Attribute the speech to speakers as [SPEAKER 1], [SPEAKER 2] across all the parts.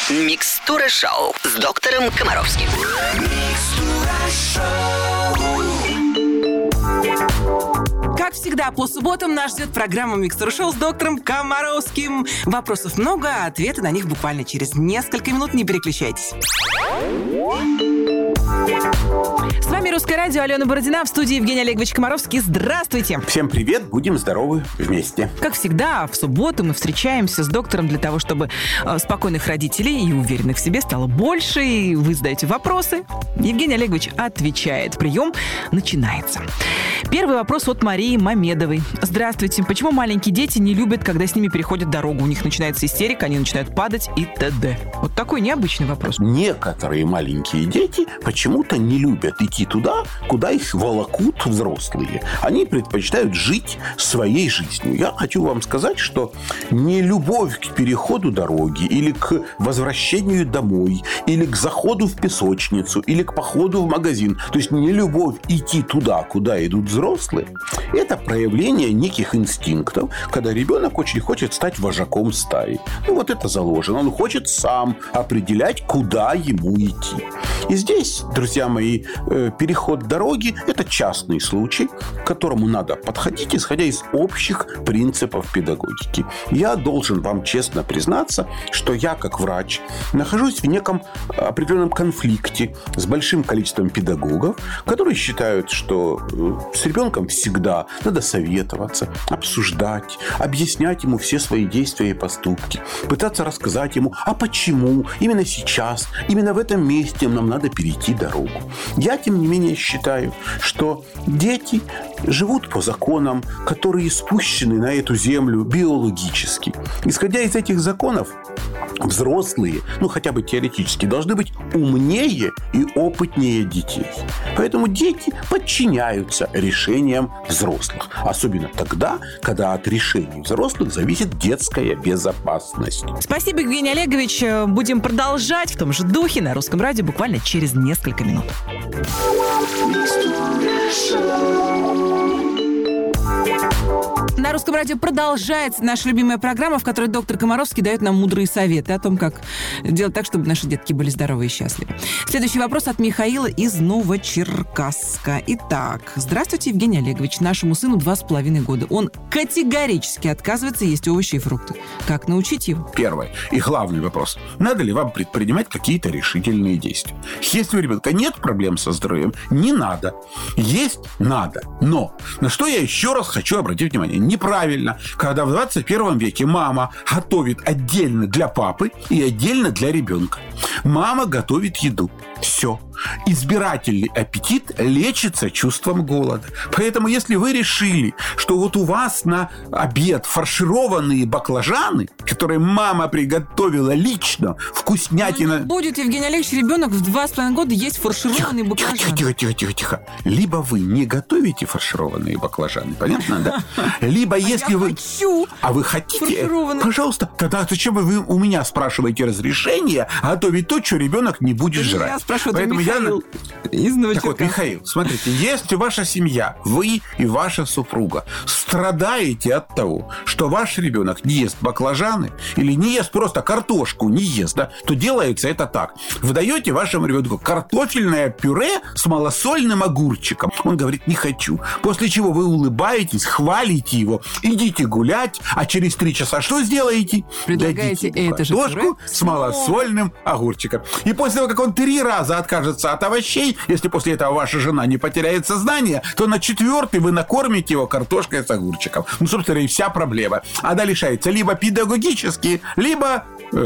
[SPEAKER 1] Микстура шоу с доктором Комаровским.
[SPEAKER 2] Как всегда, по субботам нас ждет программа «Микстура шоу» с доктором Комаровским. Вопросов много, а ответы на них буквально через несколько минут. Не переключайтесь. С вами Русское радио, Алена Бородина, в студии Евгений Олегович Комаровский. Здравствуйте!
[SPEAKER 3] Всем привет, будем здоровы вместе.
[SPEAKER 2] Как всегда, в субботу мы встречаемся с доктором для того, чтобы спокойных родителей и уверенных в себе стало больше. И вы задаете вопросы. Евгений Олегович отвечает. Прием начинается. Первый вопрос от Марии Мамедовой. Здравствуйте. Почему маленькие дети не любят, когда с ними переходят дорогу? У них начинается истерика, они начинают падать и т.д. Вот такой необычный вопрос.
[SPEAKER 3] Некоторые маленькие дети почему-то не любят идти туда, куда их волокут взрослые. Они предпочитают жить своей жизнью. Я хочу вам сказать, что не любовь к переходу дороги или к возвращению домой, или к заходу в песочницу, или к походу в магазин, то есть не любовь идти туда, куда идут взрослые, это проявление неких инстинктов, когда ребенок очень хочет стать вожаком стаи. Ну, вот это заложено. Он хочет сам определять, куда ему идти. И здесь, друзья мои, переход дороги – это частный случай, к которому надо подходить, исходя из общих принципов педагогики. Я должен вам честно признаться, что я, как врач, нахожусь в неком определенном конфликте с большим количеством педагогов, которые считают, что с ребенком всегда надо советоваться, обсуждать, объяснять ему все свои действия и поступки, пытаться рассказать ему, а почему именно сейчас, именно в этом месте нам надо перейти дорогу. Я, тем не менее, считаю, что дети живут по законам, которые спущены на эту землю биологически. Исходя из этих законов, взрослые, ну хотя бы теоретически, должны быть умнее и опытнее детей. Поэтому дети подчиняются решениям взрослых. Особенно тогда, когда от решений взрослых зависит детская безопасность.
[SPEAKER 2] Спасибо, Евгений Олегович. Будем продолжать в том же духе на Русском радио буквально через несколько минут. На Русском радио продолжается наша любимая программа, в которой доктор Комаровский дает нам мудрые советы о том, как делать так, чтобы наши детки были здоровы и счастливы. Следующий вопрос от Михаила из Новочеркасска. Итак, здравствуйте, Евгений Олегович. Нашему сыну 2,5 года. Он категорически отказывается есть овощи и фрукты. Как научить его?
[SPEAKER 3] Первый и главный вопрос. Надо ли вам предпринимать какие-то решительные действия? Если у ребенка нет проблем со здоровьем, не надо. Есть надо. Но на что я еще раз хочу обратить внимание. Неправильно, когда в 21 веке мама готовит отдельно для папы и отдельно для ребенка. Мама готовит еду. Все. Избирательный аппетит лечится чувством голода. Поэтому, если вы решили, что вот у вас на обед фаршированные баклажаны, которые мама приготовила лично, вкуснятина...
[SPEAKER 2] Будет, Евгений Олегович, ребенок в 2,5 года есть фаршированные баклажаны.
[SPEAKER 3] Тихо. Либо вы не готовите фаршированные баклажаны, понятно, да? Либо если вы...
[SPEAKER 2] хочу
[SPEAKER 3] А вы хотите? Пожалуйста. Тогда зачем вы у меня спрашиваете разрешение готовить то, что ребенок не будет жрать?
[SPEAKER 2] Я спрашиваю,
[SPEAKER 3] поэтому
[SPEAKER 2] Михаил из Новочеркасска.
[SPEAKER 3] Так вот, Михаил, смотрите, если ваша семья, вы и ваша супруга страдаете от того, что ваш ребенок не ест баклажаны или не ест просто картошку, не ест, да, то делается это так. Вы даете вашему ребенку картофельное пюре с малосольным огурчиком. Он говорит, не хочу. После чего вы улыбаетесь, хвалите его, идите гулять, а через 3 часа что сделаете?
[SPEAKER 2] Предлагаете это же
[SPEAKER 3] картошку с малосольным огурчиком. И после того, как он 3 раза откажется от овощей, если после этого ваша жена не потеряет сознание, то на 4-й вы накормите его картошкой с огурчиком. Ну, собственно, и вся проблема. Она решается либо педагогически, либо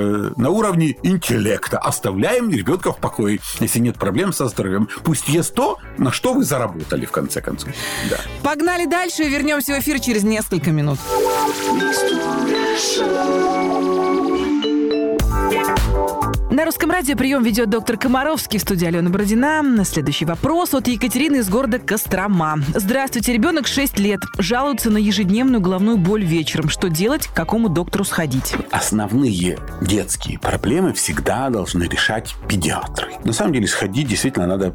[SPEAKER 3] на уровне интеллекта. Оставляем ребенка в покое, если нет проблем со здоровьем. Пусть ест то, на что вы заработали, в конце концов. Да.
[SPEAKER 2] Погнали дальше и вернемся в эфир через несколько минут. На Русском радио прием ведет доктор Комаровский, в студии Алена Бородина. Следующий вопрос от Екатерины из города Кострома. Здравствуйте, ребенок 6 лет. Жалуется на ежедневную головную боль вечером. Что делать? К какому доктору сходить?
[SPEAKER 3] Основные детские проблемы всегда должны решать педиатры. На самом деле сходить действительно надо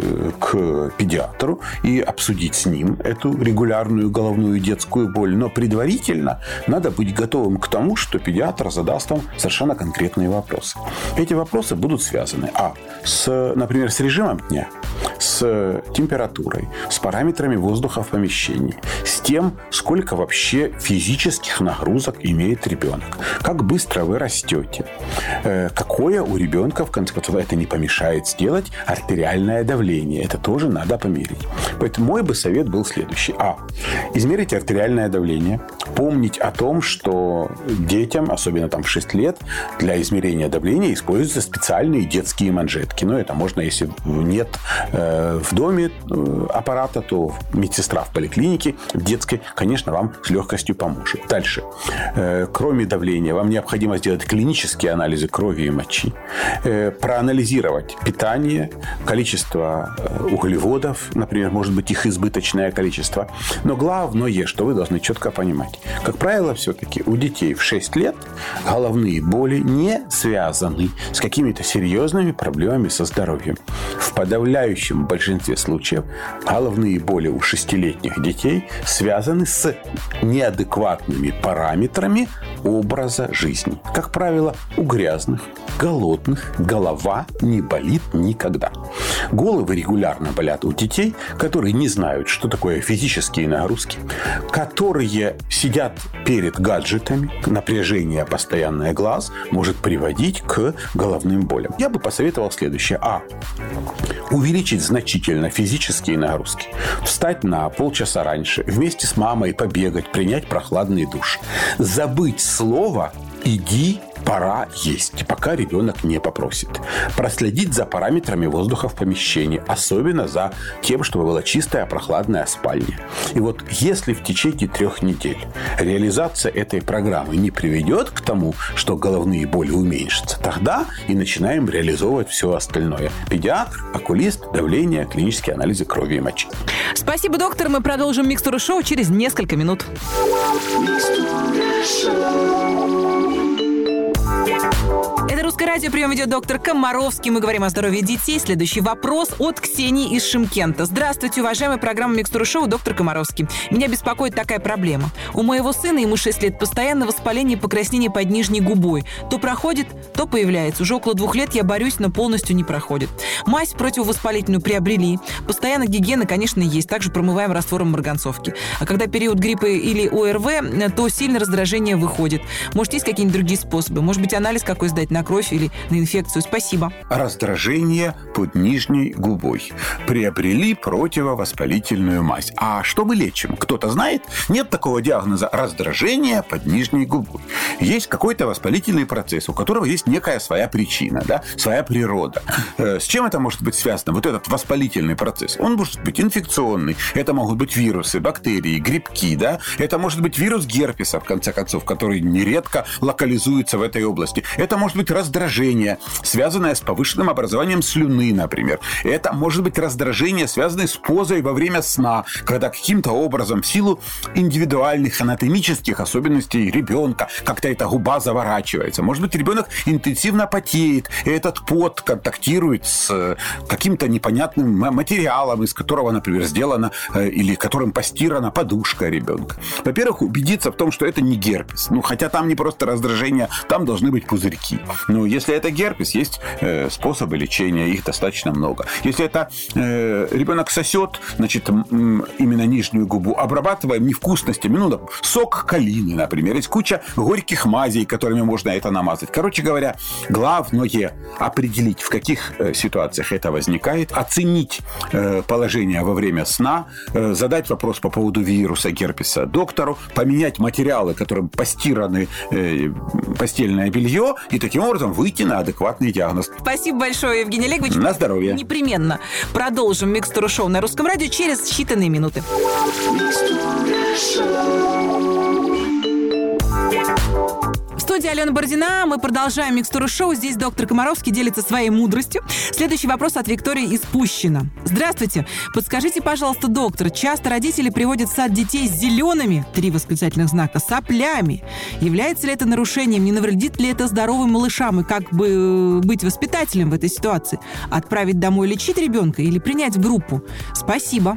[SPEAKER 3] к педиатру и обсудить с ним эту регулярную головную детскую боль. Но предварительно надо быть готовым к тому, что педиатр задаст вам совершенно конкретные вопросы. Эти вопросы будут связаны, например, с режимом дня, с температурой, с параметрами воздуха в помещении, с тем, сколько вообще физических нагрузок имеет ребенок, как быстро вы растете, какое у ребенка, в конце концов, это не помешает сделать, артериальное давление. Это тоже надо померить. Поэтому мой бы совет был следующий. Измерить артериальное давление, помнить о том, что детям, особенно там в 6 лет, для измерения давления используются специальные детские манжетки. Но это можно, если нет в доме аппарата, то медсестра в поликлинике, в детской, конечно, вам с легкостью поможет. Дальше. Кроме давления, вам необходимо сделать клинические анализы крови и мочи, проанализировать питание, количество углеводов, например, может быть, их избыточное количество. Но главное, что вы должны четко понимать. Как правило, все-таки у детей в 6 лет головные боли не связаны с какими-то серьезными проблемами со здоровьем. В подавляющем большинстве случаев головные боли у 6-летних детей связаны с неадекватными параметрами образа жизни. Как правило, у грязных, голодных голова не болит никогда. Головы регулярно болят у детей, которые не знают, что такое физические нагрузки, которые сидят перед гаджетами, напряжение постоянное глаз может приводить к головным болям. Я бы посоветовал следующее. Увеличить значительно физические нагрузки. Встать на полчаса раньше, вместе с мамой побегать, принять прохладный душ. Забыть слово «иди, пора есть», пока ребенок не попросит. Проследить за параметрами воздуха в помещении, особенно за тем, чтобы была чистая, прохладная спальня. И вот если в течение 3 недель реализация этой программы не приведет к тому, что головные боли уменьшатся, тогда и начинаем реализовывать все остальное. Педиатр, окулист, давление, клинические анализы крови и мочи.
[SPEAKER 2] Спасибо, доктор. Мы продолжим «Микстуру шоу» через несколько минут. Это Русское радио, прием ведет доктор Комаровский. Мы говорим о здоровье детей. Следующий вопрос от Ксении из Шымкента. Здравствуйте, уважаемая программа «Микстура шоу», доктор Комаровский. Меня беспокоит такая проблема. У моего сына, ему 6 лет, постоянно воспаление и покраснение под нижней губой. То проходит, то появляется. Уже около 2 лет я борюсь, но полностью не проходит. Мазь противовоспалительную приобрели. Постоянно гигиена, конечно, есть. Также промываем раствором марганцовки. А когда период гриппа или ОРВ, то сильное раздражение выходит. Может, есть какие-нибудь другие способы? Может быть, анализ какой сдать на кровь или на инфекцию? Спасибо.
[SPEAKER 3] Раздражение под нижней губой. Приобрели противовоспалительную мазь. А что мы лечим? Кто-то знает? Нет такого диагноза раздражение под нижней губой. Есть какой-то воспалительный процесс, у которого есть некая своя причина, да? Своя природа. С чем это может быть связано? Вот этот воспалительный процесс. Он может быть инфекционный. Это могут быть вирусы, бактерии, грибки, да? Это может быть вирус герпеса, в конце концов, который нередко локализуется в этой области. Это может быть раздражение, связанное с повышенным образованием слюны, например. Это может быть раздражение, связанное с позой во время сна, когда каким-то образом в силу индивидуальных анатомических особенностей ребенка как-то эта губа заворачивается. Может быть, ребенок интенсивно потеет, и этот пот контактирует с каким-то непонятным материалом, из которого, например, сделана или которым постирана подушка ребенка. Во-первых, убедиться в том, что это не герпес. Хотя там не просто раздражение, там должны быть пузырьки. Если это герпес, есть способы лечения, их достаточно много. Если это ребенок сосет, значит, именно нижнюю губу, обрабатываем невкусностями, сок калины, например. Есть куча горьких мазей, которыми можно это намазать. Короче говоря, главное определить, в каких ситуациях это возникает, оценить положение во время сна, задать вопрос по поводу вируса герпеса доктору, поменять материалы, которым постираны постельное белье, и таким образом выйти на адекватный диагноз.
[SPEAKER 2] Спасибо большое, Евгений Олегович.
[SPEAKER 3] На здоровье.
[SPEAKER 2] Непременно продолжим «Микстуру шоу» на Русском радио через считанные минуты. В студии Алена Бородина. Мы продолжаем «Микстуру шоу». Здесь доктор Комаровский делится своей мудростью. Следующий вопрос от Виктории из Пущино. Здравствуйте. Подскажите, пожалуйста, доктор, часто родители приводят в сад детей с зелеными, 3 восклицательных знака, соплями. Является ли это нарушением? Не навредит ли это здоровым малышам? И как бы быть воспитателем в этой ситуации? Отправить домой лечить ребенка или принять в группу? Спасибо.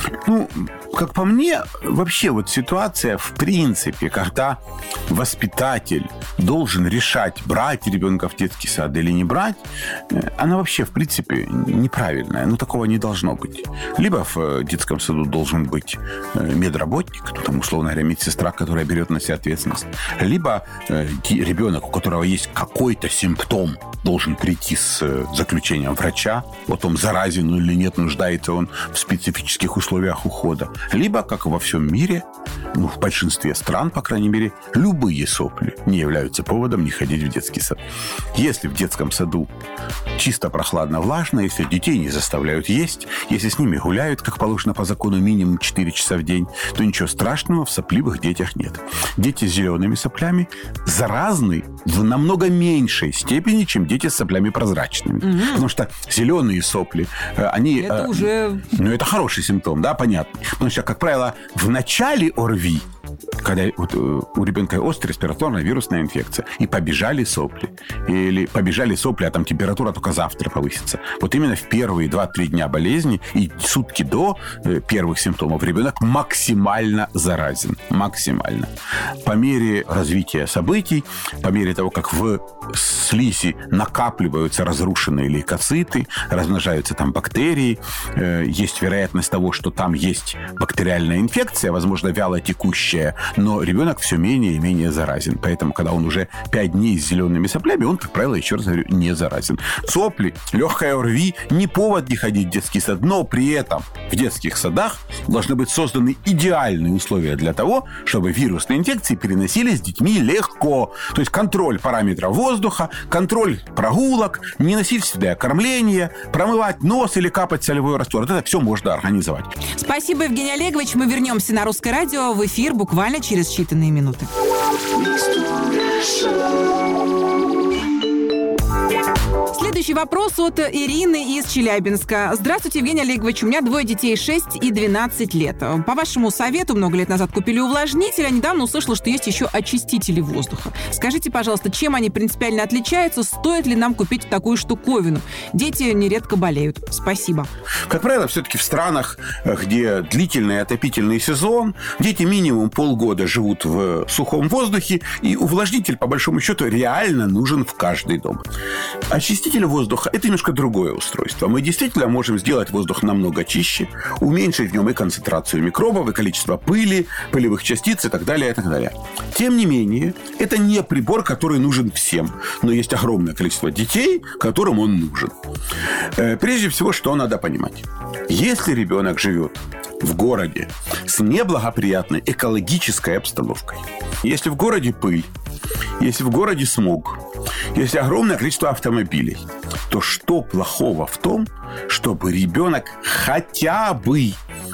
[SPEAKER 3] Как по мне, вообще вот ситуация в принципе, когда воспитатель должен решать, брать ребенка в детский сад или не брать, она вообще в принципе неправильная. Такого не должно быть. Либо в детском саду должен быть медработник, условно говоря, медсестра, которая берет на себя ответственность. Либо ребенок, у которого есть какой-то симптом, должен прийти с заключением врача о том, заразен он или нет, нуждается он в специфических условиях ухода. Либо, как во всем мире, в большинстве стран, по крайней мере, любые сопли не являются поводом не ходить в детский сад. Если в детском саду чисто, прохладно, влажно, если детей не заставляют есть, если с ними гуляют, как положено по закону, минимум 4 часа в день, то ничего страшного в сопливых детях нет. Дети с зелеными соплями заразны в намного меньшей степени, чем дети с соплями прозрачными. Потому что зеленые сопли, они...
[SPEAKER 2] Это уже...
[SPEAKER 3] это хороший симптом, да, понятно. Потому что, как правило, в начале ОРВИ, когда у ребенка острая респираторная вирусная инфекция, и побежали сопли. Или побежали сопли, а там температура только завтра повысится. Вот именно в первые 2-3 дня болезни и сутки до первых симптомов ребенок максимально заразен. Максимально. По мере развития событий, по мере того, как в слизи накапливаются разрушенные лейкоциты, размножаются там бактерии, есть вероятность того, что там есть бактериальная инфекция, возможно, вяло текущая, но ребенок все менее и менее заразен. Поэтому, когда он уже 5 дней с зелеными соплями, он, как правило, еще раз говорю, не заразен. Сопли, легкое ОРВИ не повод не ходить в детский сад, но при этом в детских садах должны быть созданы идеальные условия для того, чтобы вирусные инфекции переносились с детьми легко. То есть контроль параметров воздуха, контроль прогулок, ненасильственное кормление, промывать нос или капать солевой раствор. Это все можно организовать.
[SPEAKER 2] Спасибо, Евгений Олегович. Мы вернемся на Русское радио в эфир буквально через считанные минуты. Следующий вопрос от Ирины из Челябинска. Здравствуйте, Евгений Олегович. У меня 2 детей, 6 и 12 лет. По вашему совету, много лет назад купили увлажнитель, а недавно услышала, что есть еще очистители воздуха. Скажите, пожалуйста, чем они принципиально отличаются? Стоит ли нам купить такую штуковину? Дети нередко болеют. Спасибо.
[SPEAKER 3] Как правило, все-таки в странах, где длительный отопительный сезон, дети минимум полгода живут в сухом воздухе, и увлажнитель, по большому счету, реально нужен в каждый дом. Очиститель воздуха – это немножко другое устройство. Мы действительно можем сделать воздух намного чище, уменьшить в нем и концентрацию микробов, и количество пыли, пылевых частиц и так далее, и так далее. Тем не менее, это не прибор, который нужен всем. Но есть огромное количество детей, которым он нужен. Прежде всего, что надо понимать? Если ребенок живет в городе с неблагоприятной экологической обстановкой, если в городе пыль, если в городе смог, если огромное количество автомобилей, то что плохого в том, чтобы ребенок хотя бы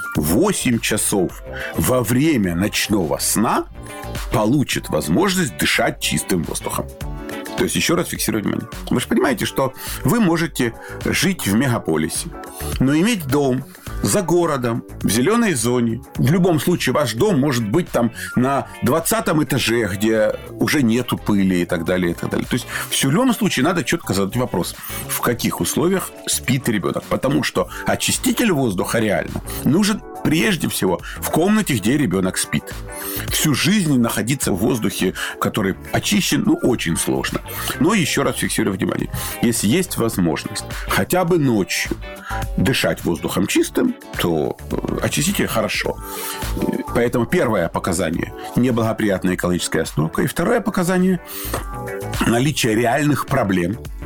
[SPEAKER 3] 8 часов во время ночного сна получит возможность дышать чистым воздухом? То есть, еще раз фиксирую внимание. Вы же понимаете, что вы можете жить в мегаполисе, но иметь дом за городом, в зеленой зоне. В любом случае, ваш дом может быть там на 20 этаже, где уже нету пыли и так далее, и так далее. То есть, в любом случае, надо четко задать вопрос, в каких условиях спит ребенок. Потому что очиститель воздуха реально нужен прежде всего в комнате, где ребенок спит. Всю жизнь находиться в воздухе, который очищен, очень сложно. Но еще раз фиксирую внимание. Если есть возможность хотя бы ночью дышать воздухом чистым, то очиститель хорошо. Поэтому первое показание – неблагоприятная экологическая обстановка. И второе показание – наличие реальных проблем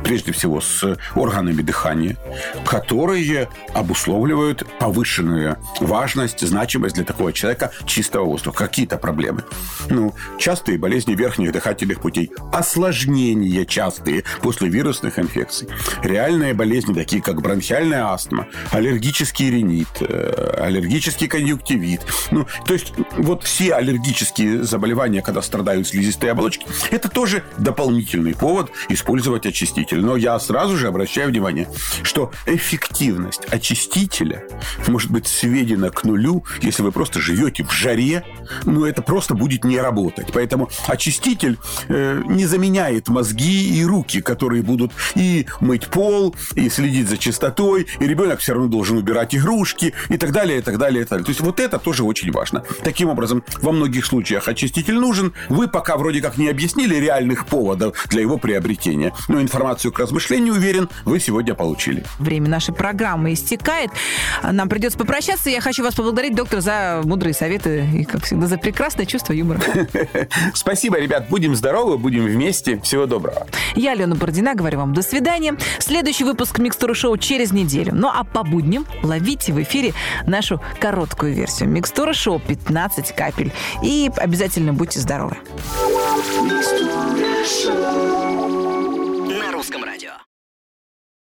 [SPEAKER 3] прежде всего с органами дыхания, которые обусловливают повышенную важность, значимость для такого человека чистого воздуха. Какие-то проблемы. Частые болезни верхних дыхательных путей, осложнения частые после вирусных инфекций, реальные болезни, такие как бронхиальная астма, аллергический ринит, аллергический конъюнктивит. То есть вот все аллергические заболевания, когда страдают слизистые оболочки, это тоже дополнительный повод использовать очиститель. Но я сразу же обращаю внимание, что эффективность очистителя может быть сведена к нулю, если вы просто живете в жаре, это просто будет не работать. Поэтому очиститель не заменяет мозги и руки, которые будут и мыть пол, и следить за чистотой, и ребенок все равно должен убирать игрушки, и так далее, и так далее, и так далее. То есть вот это тоже очень важно. Таким образом, во многих случаях очиститель нужен. Вы пока вроде как не объяснили реальных поводов для его приобретения. Но информацию к размышлению, уверен, вы сегодня получили.
[SPEAKER 2] Время нашей программы истекает. Нам придется попрощаться. Я хочу вас поблагодарить, доктор, за мудрые советы и, как всегда, за прекрасное чувство юмора.
[SPEAKER 3] Спасибо, ребят. Будем здоровы, будем вместе. Всего доброго.
[SPEAKER 2] Я, Алена Бородина, говорю вам до свидания. Следующий выпуск «Микстуры шоу» через неделю. А по будням ловите в эфире нашу короткую версию. «Микстура шоу» 15 капель. И обязательно будьте здоровы.
[SPEAKER 1] На Русском радио.